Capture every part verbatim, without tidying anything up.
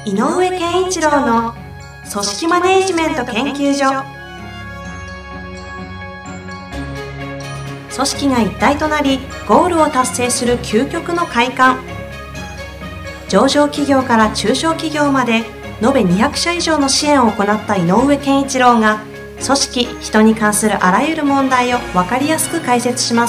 井上健一郎の組織マネジメント研究所。組織が一体となりゴールを達成する究極の快感。上場企業から中小企業まで延べにひゃくしゃ以上の支援を行った井上健一郎が、組織・人に関するあらゆる問題を分かりやすく解説します。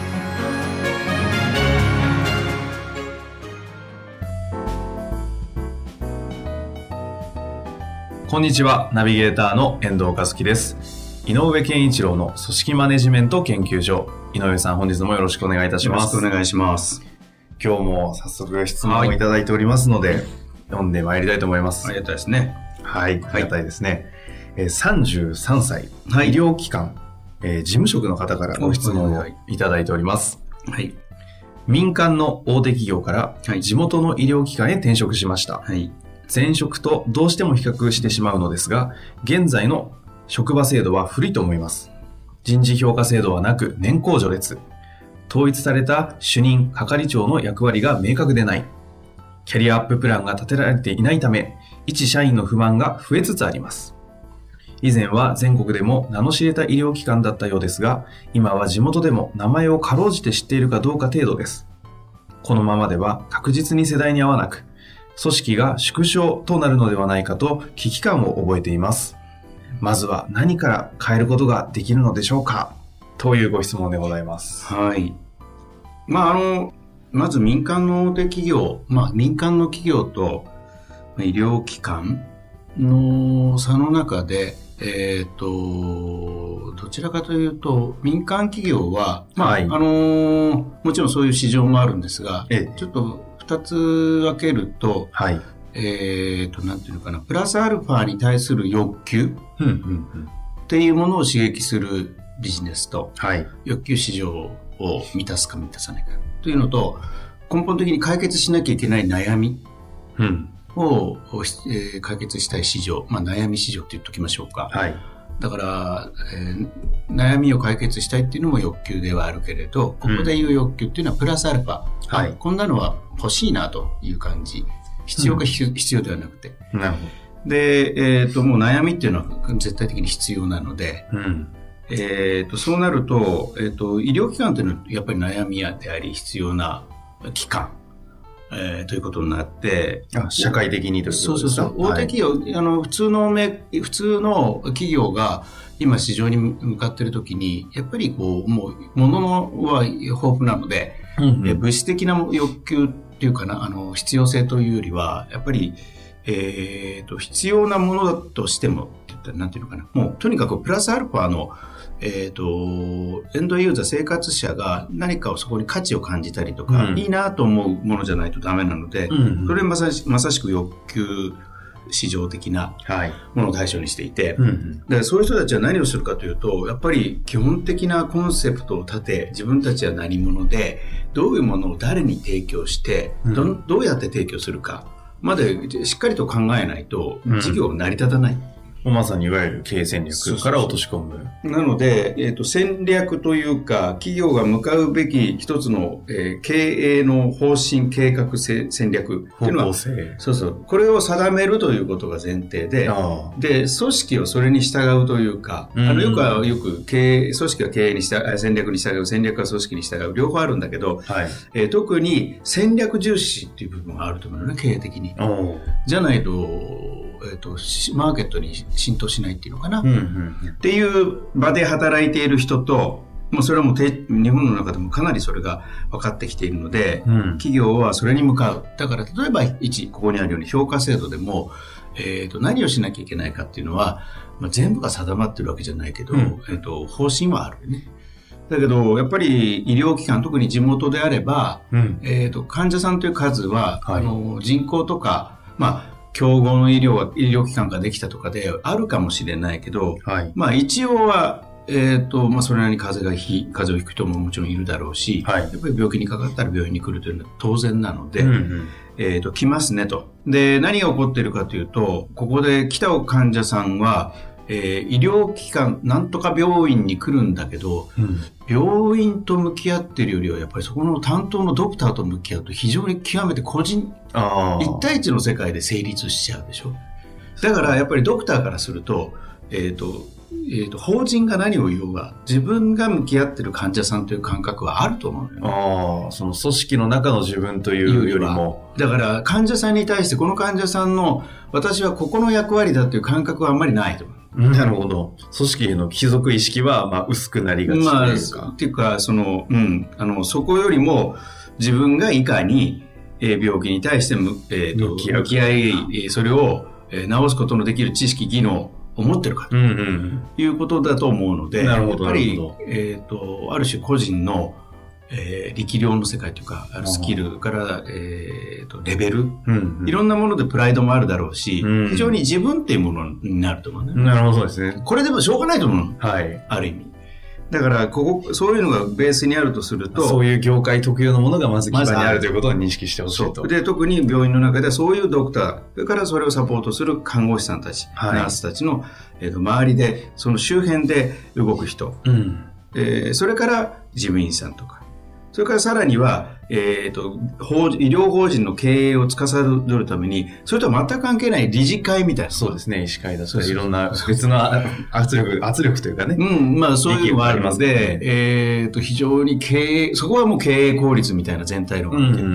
こんにちは、ナビゲーターの遠藤和樹です。井上健一郎の組織マネジメント研究所。井上さん、本日もよろしくお願いいたします。 よろしくお願いします。 今日も早速質問をいただいておりますので、はい、読んでまいりたいと思います。 ありがたいですね。 はい、ありがたいですね。えー、さんじゅうさんさい、はい、医療機関、えー、事務職の方からご質問をいただいております。 はい。 民間の大手企業から地元の医療機関へ転職しました。はい。前職とどうしても比較してしまうのですが、現在の職場制度は古いと思います。人事評価制度はなく年功序列。統一された主任、係長の役割が明確でない。キャリアアッププランが立てられていないため、一社員の不満が増えつつあります。以前は全国でも名の知れた医療機関だったようですが、今は地元でも名前をかろうじて知っているかどうか程度です。このままでは確実に世代に合わなく、組織が縮小となるのではないかと危機感を覚えています。まずは何から変えることができるのでしょうか、というご質問でございます。 はい。まああのまず民間の大手企業、まあ民間の企業と医療機関の差の中で、えっとどちらかというと民間企業は、まあ、はい、あのもちろんそういう市場もあるんですが、ええ、ちょっと二つ分けると、はい、えっとなんていうのかな、プラスアルファに対する欲求っていうものを刺激するビジネスと、はい、欲求市場を満たすか満たさないかというのと、根本的に解決しなきゃいけない悩みを、うんえー、解決したい市場、まあ、悩み市場って言っときましょうか、はい、だから、えー、悩みを解決したいっていうのも欲求ではあるけれど、ここでいう欲求っていうのはプラスアルファ、うんはい、こんなのは欲しいなという感じ、必要か、うん、必要ではなくて、なるほど。で、えーと、もう悩みっていうのは絶対的に必要なので、うんえー、とそうなると、えー、と医療機関というのはやっぱり悩みやであり必要な機関、えー、ということになって、 あ社会的にということですか。 そうそうそう、大手企業、はい、あの普通のめ普通の企業が今市場に向かっているときにやっぱりこうもう物のは豊富なので、うんうん、物質的な欲求っていうかな、あの必要性というよりはやっぱり、えー、と必要なものだとしてもって言ったらなんていうのかな、もうとにかくプラスアルファのえーと、エンドユーザー生活者が何かをそこに価値を感じたりとか、うん、いいなと思うものじゃないとダメなので、うんうん、それはまさし、まさしく欲求市場的なものを対象にしていて、はいうんうん、でそういう人たちは何をするかというと、やっぱり基本的なコンセプトを立て、自分たちは何者でどういうものを誰に提供して、うん、ど, どうやって提供するかまでしっかりと考えないと事業は成り立たない、うんまさにいわゆる経営戦略から落とし込む。そうそうそうなので、えーと、戦略というか企業が向かうべき一つの、えー、経営の方針計画戦略っていうのはそうそうこれを定めるということが前提で、で組織をそれに従うというか、あのよくはよく経営組織は経営に従う、戦略に従う、戦略は組織に従う、両方あるんだけど、はいえー、特に戦略重視っていう部分があると思うのね、経営的に。じゃないとえーと、マーケットに浸透しないっていうのかな、うんうんうん、っていう場で働いている人と、もうそれはもう日本の中でもかなりそれが分かってきているので、うん、企業はそれに向かう。だから例えば一ここにあるように評価制度でも、えーと、何をしなきゃいけないかっていうのは、まあ、全部が定まってるわけじゃないけど、うんえーと、方針はあるよね。だけどやっぱり医療機関、特に地元であれば、うんえーと、患者さんという数は、はい、あの人口とか、まあ競合の医療は医療機関ができたとかであるかもしれないけど、はい、まあ一応は、えーとまあ、それなりに風邪がひ風邪をひく人ももちろんいるだろうし、はい、やっぱり病気にかかったら病院に来るというのは当然なので、うんうんえーと、来ますねと。で何が起こっているかというと、ここで来た患者さんは、 えー、医療機関なんとか病院に来るんだけど、うん、病院と向き合ってるよりはやっぱりそこの担当のドクターと向き合うと非常に極めて個人一対一の世界で成立しちゃうでしょ。だからやっぱりドクターからすると、えーとえーと、法人が何を言おうが自分が向き合ってる患者さんという感覚はあると思うのよ、ね、 ああ、その組織の中の自分というよりも、 だから患者さんに対してこの患者さんの私はここの役割だという感覚はあんまりないと思う。 なるほど。組織への帰属意識はまあ薄くなりがちというか、まあ、っていうかその、うん、あのそこよりも自分がいかに、えー、病気に対してむ、えー、と向き合い、向き合いそれを、えー、治すことのできる知識技能を持ってるかということだと思うので、うんうん、やっぱり、えー、とある種個人のえー、力量の世界というかスキルから、えー、とレベル、うんうん、いろんなものでプライドもあるだろうし、うん、非常に自分っていうものになると思うんだよね。 なるほどですね。 これでもしょうがないと思うの、はい、ある意味。だからここそういうのがベースにあるとすると、 そういう業界特有のものがまず基盤にあるということを認識してほしいと。 で特に病院の中ではそういうドクター、それからそれをサポートする看護師さんたち、はい、ナースたちの、えー、と周りでその周辺で動く人、うんえー、それから事務員さんとか、それからさらには、えーと、医療法人の経営を司るために、それとは全く関係ない理事会みたいな。 そうですね、医師会だとかいろんな別の圧力、圧力というかね。 うん、まあそういうのもあるので、えーと、非常に経営、そこはもう経営効率みたいな全体のが出てるけど、うんうん、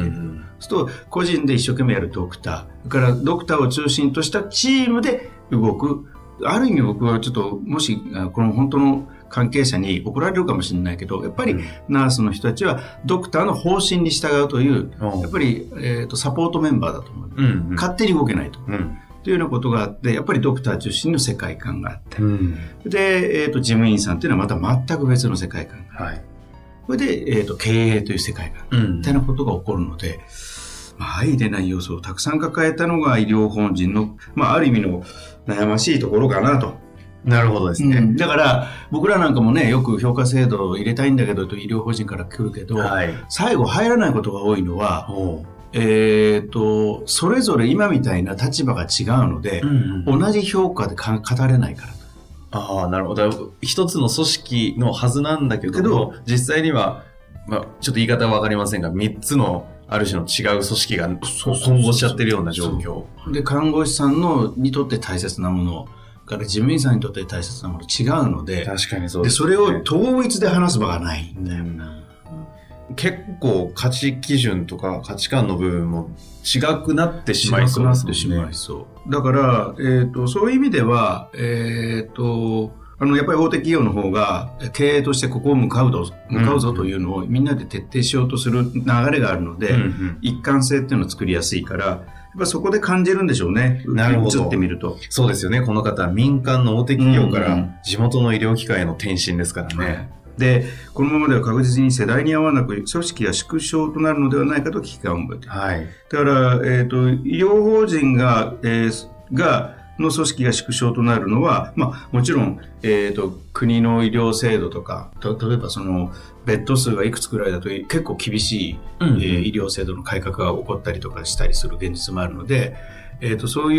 そうすると個人で一生懸命やるドクター、それからドクターを中心としたチームで動く。ある意味僕はちょっと、もし、この本当の関係者に怒られるかもしれないけど、やっぱりナースの人たちはドクターの方針に従うという、うん、やっぱり、えーと、サポートメンバーだと思う、うんうん、勝手に動けないと、うん、というようなことがあって、やっぱりドクター中心の世界観があって、うん、で、えーと、事務員さんというのはまた全く別の世界観があって、はい、それで、えーと、経営という世界観、うん、みたいなことが起こるので、まあ、相入れない要素をたくさん抱えたのが医療法人の、まあ、ある意味の悩ましいところかなと。 なるほどですね、うん、 だから僕らなんかもね、よく評価制度を入れたいんだけどと医療法人から来るけど、はい、最後入らないことが多いのは、えーと、それぞれ今みたいな立場が違うので、うんうん、同じ評価でか語れないからと。 ああ、なるほど。一つの組織のはずなんだけど、けど実際には、まあ、ちょっと言い方は分かりませんが、みっつのある種の違う組織が混合しちゃってるような状況。 そうそうで、看護師さんのにとって大切なものから事務員さんにとって大切なもの違うので、 確かにそうですね。で、それを統一で話す場がないんだよな。 結構価値基準とか価値観の部分も違くなってしまいそうですね。違くなってしまいそう。だから、えーと、そういう意味では、えーと、あのやっぱり大手企業の方が経営としてここを向かうぞ、向かうぞというのをみんなで徹底しようとする流れがあるので、うんうん、一貫性っていうのを作りやすいから、やっぱそこで感じるんでしょうね。 なるほど。 映ってみると。 そうですよね。この方は民間の大手企業から地元の医療機関への転身ですからね。うんうん、 で、このままでは確実に世代に合わなく組織が縮小となるのではないかと危機感を覚えている。はい。だから、えっと、医療法人が、えー、が、の組織が縮小となるのは、まあ、もちろん、えーと、国の医療制度とか、と例えばそのベッド数がいくつくらいだと結構厳しい、うんうんえー、医療制度の改革が起こったりとかしたりする現実もあるので、えーと、そういう、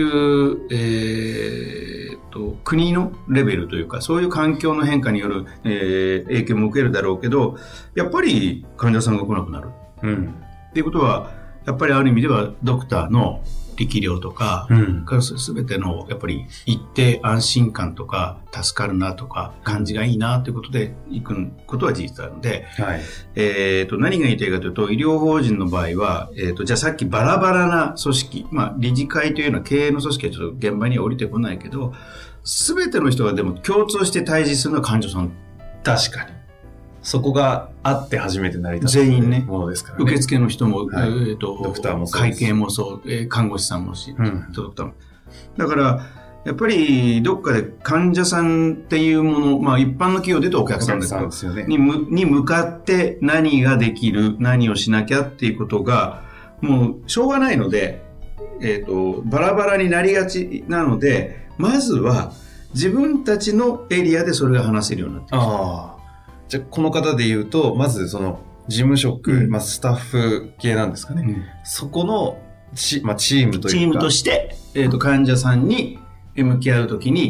えーと、国のレベルというか、そういう環境の変化による、えー、影響も受けるだろうけど、やっぱり患者さんが来なくなる。うん、っていうことは、やっぱりある意味ではドクターの力量とか、うん、すべてのやっぱり一定安心感とか助かるなとか感じがいいなということでいくことは事実なので、はいえー、と何が言いたいかというと、医療法人の場合は、えー、とじゃあさっきバラバラな組織、まあ、理事会というような経営の組織はちょっと現場には降りてこないけど、すべての人がでも共通して対峙するのは患者さん。 確かにそこがあって初めて成り立つものですからね。 受付の人も、はいえー、とドクターもそうです、会計もそう、えー、看護師さんもし、うん、ドクターも。だからやっぱりどっかで患者さんっていうもの、まあ一般の企業で言うとお客さんですけど、ですよね、に, に向かって何ができる、何をしなきゃっていうことがもうしょうがないので、えー、とバラバラになりがちなので、まずは自分たちのエリアでそれが話せるようになってます。あじゃあこの方で言うと、まずその事務職、うんまあ、スタッフ系なんですかね、うん、そこのチ、まあ、チームというかチームとして、えー、と患者さんに向き合うときに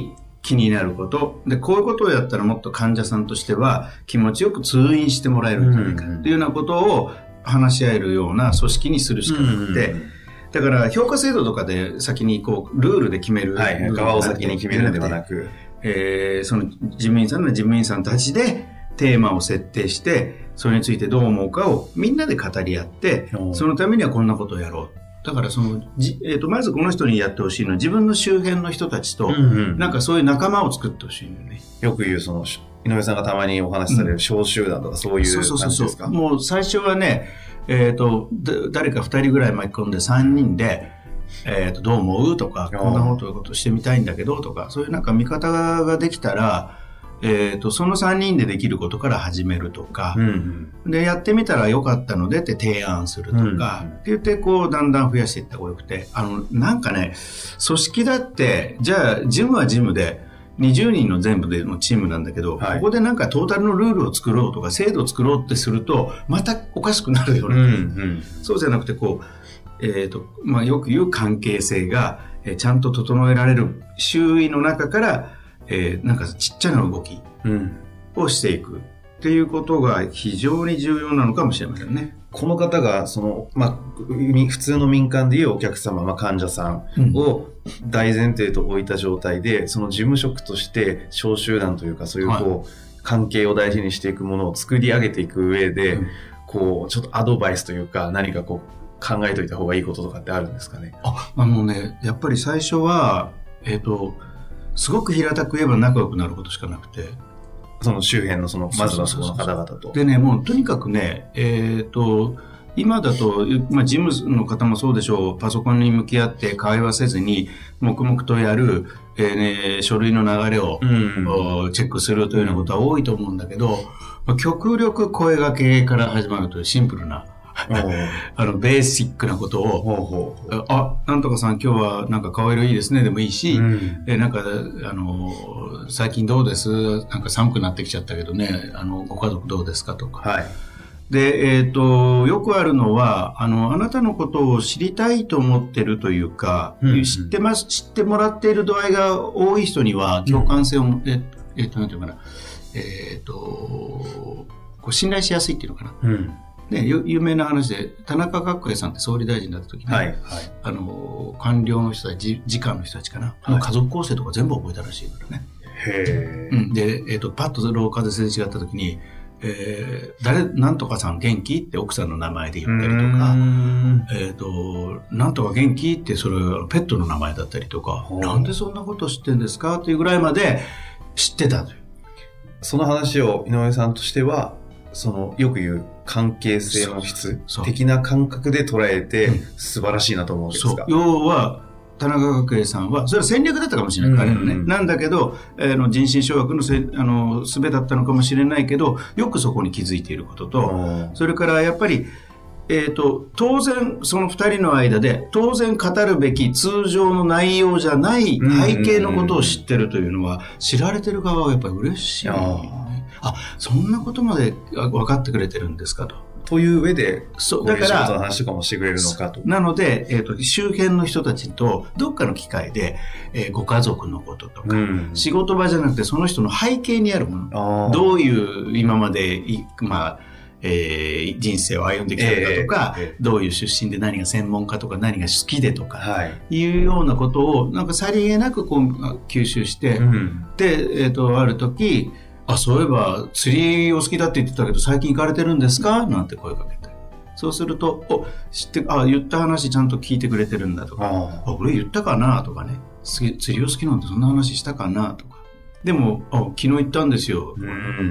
気になることで、こういうことをやったらもっと患者さんとしては気持ちよく通院してもらえるんじゃないかっていうようなことを話し合えるような組織にするしかなくて、だから評価制度とかで先にこうルールで決める、 はい、側を先に決めるのではなく、 えー、その事務員さんの事務員さんたちでテーマを設定して、それについてどう思うかをみんなで語り合って、そのためにはこんなことをやろう。だからそのじ、えー、とまずこの人にやってほしいのは自分の周辺の人たちと、うんうん、なんかそういう仲間を作ってほしいのね。 よく言うその井上さんがたまにお話しされる小集団とかそういう感じですか？そうそうそうそう。 もう最初はね、えー、と誰かふたりぐらい巻き込んでさんにんで、えー、とどう思うとか、こんなことしてみたいんだけどとか、そういうなんか見方ができたら、えー、とそのさんにんでできることから始めるとか、うんうん、でやってみたらよかったのでって提案するとか、うんうん、って言ってこうだんだん増やしていった方がよくて、あのなんかね、組織だってじゃあジムはジムでにじゅうにんの全部でのチームなんだけど、はい、ここでなんかトータルのルールを作ろうとか制度を作ろうってするとまたおかしくなるよね、うんうん、そうじゃなくてこう、えーとまあ、よく言う関係性が、えー、ちゃんと整えられる周囲の中からえー、なんかちっちゃな動きをしていくっていうことが非常に重要なのかもしれませんね。 この方がその、まあ、普通の民間でいうお客様、まあ、患者さんを大前提と置いた状態で、うん、その事務職として小集団というかそういうこう、はい、関係を大事にしていくものを作り上げていく上で、うん、こうちょっとアドバイスというか何かこう考えておいた方がいいこととかってあるんですかね？ あ、あのね、やっぱり最初はえっとすごく平たく言えば仲良くなることしかなくて、 その周辺のそのまずはその方々とでね、もうとにかくね、えっと今だと、まあ、事務の方もそうでしょう、パソコンに向き合って会話せずに黙々とやる、えーね、書類の流れを、うんうん、チェックするというようなことは多いと思うんだけど、まあ、極力声掛けから始まるというシンプルなあのベーシックなことを、ほうほうほう、あ、なんとかさん今日はなんか顔色いいですねでもいいし、うん、えなんかあの最近どうです、なんか寒くなってきちゃったけどね、あのご家族どうですかとか、はい、で、えーと、よくあるのはあのあなたのことを知りたいと思ってるというか、うんうん、知ってます、知ってもらっている度合いが多い人には共感性を持って、うん、えーとなんていうかな、えーとこう信頼しやすいっていうのかな、うん、で有名な話で田中角栄さんって総理大臣だった時に、ね、はいはい、あの官僚の人たち、次官の人たちかな、はい、家族構成とか全部覚えたらしいからね。へー、うん、で、えーと、パッと廊下ですれ違った時に、えー、誰なんとかさん元気って奥さんの名前で言ったりとか、えーと、なんとか元気ってそれペットの名前だったりとか、なんでそんなこと知ってるんですかっていうぐらいまで知ってたという。 その話を井上さんとしてはそのよく言う関係性の質的な感覚で捉えて素晴らしいなと思うわけですか？ そう、要は田中角栄さんはそれは戦略だったかもしれない、彼のね、なんだけど、えー、の人心掌握のせあの術だったのかもしれないけど、よくそこに気づいていることと、それからやっぱり、えーと、当然そのふたりの間で当然語るべき通常の内容じゃない背景のことを知ってるというのは、知られてる側はやっぱり嬉しい、ね、あ、そんなことまで分かってくれてるんですかと。 という上で、そうだから、仕事の話とかもしてくれるのかと。 なので、えーと、周辺の人たちとどっかの機会で、えー、ご家族のこととか、うん、仕事場じゃなくてその人の背景にあるもの、どういう今まで、まあえー、人生を歩んできたのかとか、えーえー、どういう出身で何が専門家とか何が好きでとか、はい、いうようなことをなんかさりげなくこう吸収して、うん、で、えーと、ある時、あ、そういえば釣りお好きだって言ってたけど最近行かれてるんですかなんて声かけて、そうすると、お、知って、あ、言った話ちゃんと聞いてくれてるんだとか、あ、俺言ったかなとかね、釣りを好きなんてそんな話したかなとか、でも、あ、昨日言ったんですよ、うん、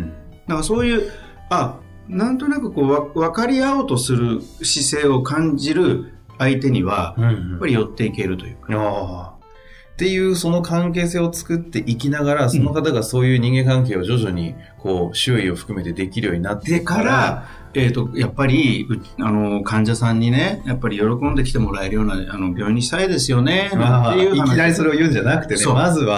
なんかそういう、あ、なんとなくこうわ分かり合おうとする姿勢を感じる相手には、やっぱり寄っていけるというか、うんうん、あっていうその関係性を作っていきながら、その方がそういう人間関係を徐々にこう周囲を含めてできるようになってから、 えーと、やっぱりあの患者さんにね、やっぱり喜んできてもらえるようなあの病院にしたいですよねっていう話。 いきなりそれを言うんじゃなくてね、まずは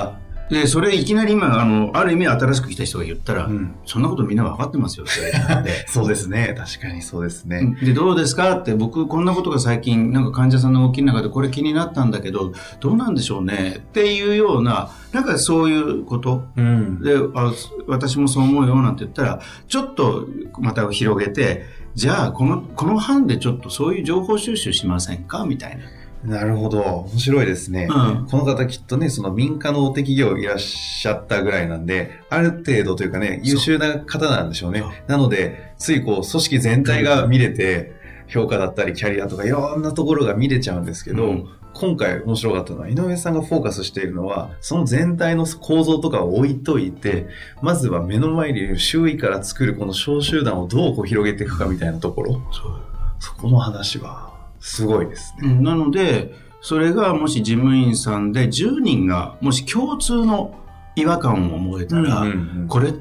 で、それいきなり今、あの、ある意味新しく来た人が言ったら、うん、そんなことみんな分かってますよって。 そうですね。確かにそうですね。 で、どうですかって、僕こんなことが最近、なんか患者さんの動きの中でこれ気になったんだけど、どうなんでしょうねっていうような、なんかそういうこと。うん、であ、私もそう思うよなんて言ったら、ちょっとまた広げて、じゃあ、この、この班でちょっとそういう情報収集しませんかみたいな。 なるほど。面白いですね。うん、この方きっとね、その民間の大手企業いらっしゃったぐらいなんで、ある程度というかね、優秀な方なんでしょうね。なので、ついこう、組織全体が見れて、評価だったりキャリアとかいろんなところが見れちゃうんですけど、うん、今回面白かったのは、井上さんがフォーカスしているのは、その全体の構造とかを置いといて、まずは目の前にいる周囲から作るこの小集団をどうこう広げていくかみたいなところ。そう。そこの話は、すごいですね。 うん、なので、それがもし事務員さんでじゅうにんがもし共通の違和感を思えたら、うんうんうん、これって、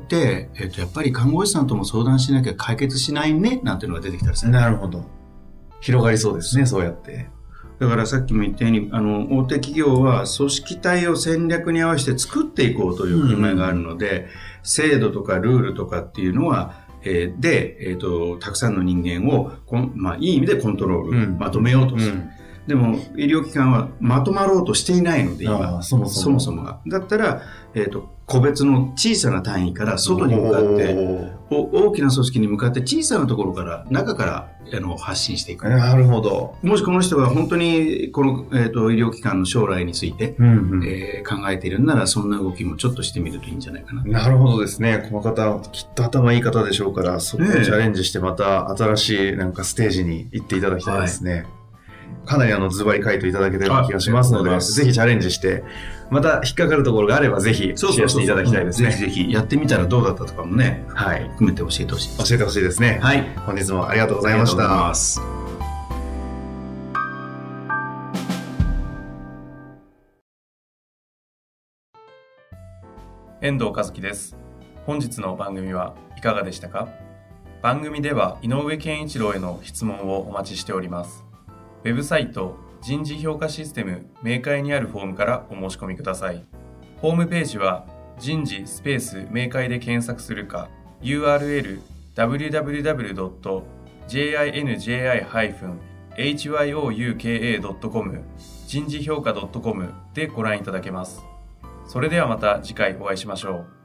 えーと、やっぱり看護師さんとも相談しなきゃ解決しないねなんていうのが出てきたらですね。 なるほど。広がりそうですね、そうやって。 だからさっきも言ったように、あの、大手企業は組織体を戦略に合わせて作っていこうという考えがあるので、うん、制度とかルールとかっていうのは、えー、で、えっと、たくさんの人間をこん、まあ、いい意味でコントロール、うん、まとめようとする。うん、でも、医療機関はまとまろうとしていないので、今、そもそも。そもそもが。だったら、えっと、個別の小さな単位から外に向かって、大きな組織に向かって小さなところから、中からあの発信していく。 なるほど。 もしこの人が本当にこの、えーと、医療機関の将来について、うんうんえー、考えているなら、そんな動きもちょっとしてみるといいんじゃないかな。 なるほどですね。この方、きっと頭いい方でしょうから、そこをチャレンジしてまた新しいなんかステージに行っていただきたいですね。はい、かなりあのズバリ書いていただけてるような気がしますので、ぜひチャレンジして、また引っかかるところがあればぜひシェアしていただきたいですね。 ぜひぜひやってみたらどうだったとかもね、はい、含めて教えてほしいです。 教えてほしいですね。はい。本日もありがとうございました。ありがとうございます。 遠藤和樹です。本日の番組はいかがでしたか？番組では井上健一郎への質問をお待ちしております。ウェブサイト人事評価システム明快にあるフォームからお申し込みください。ホームページは人事スペース明快で検索するか ユーアールエル ダブリューダブリューダブリュードットジェイアイエヌジェイアイハイフンエイチワイオーユーケーエードットコム 人事評価 ドットコム でご覧いただけます。それではまた次回お会いしましょう。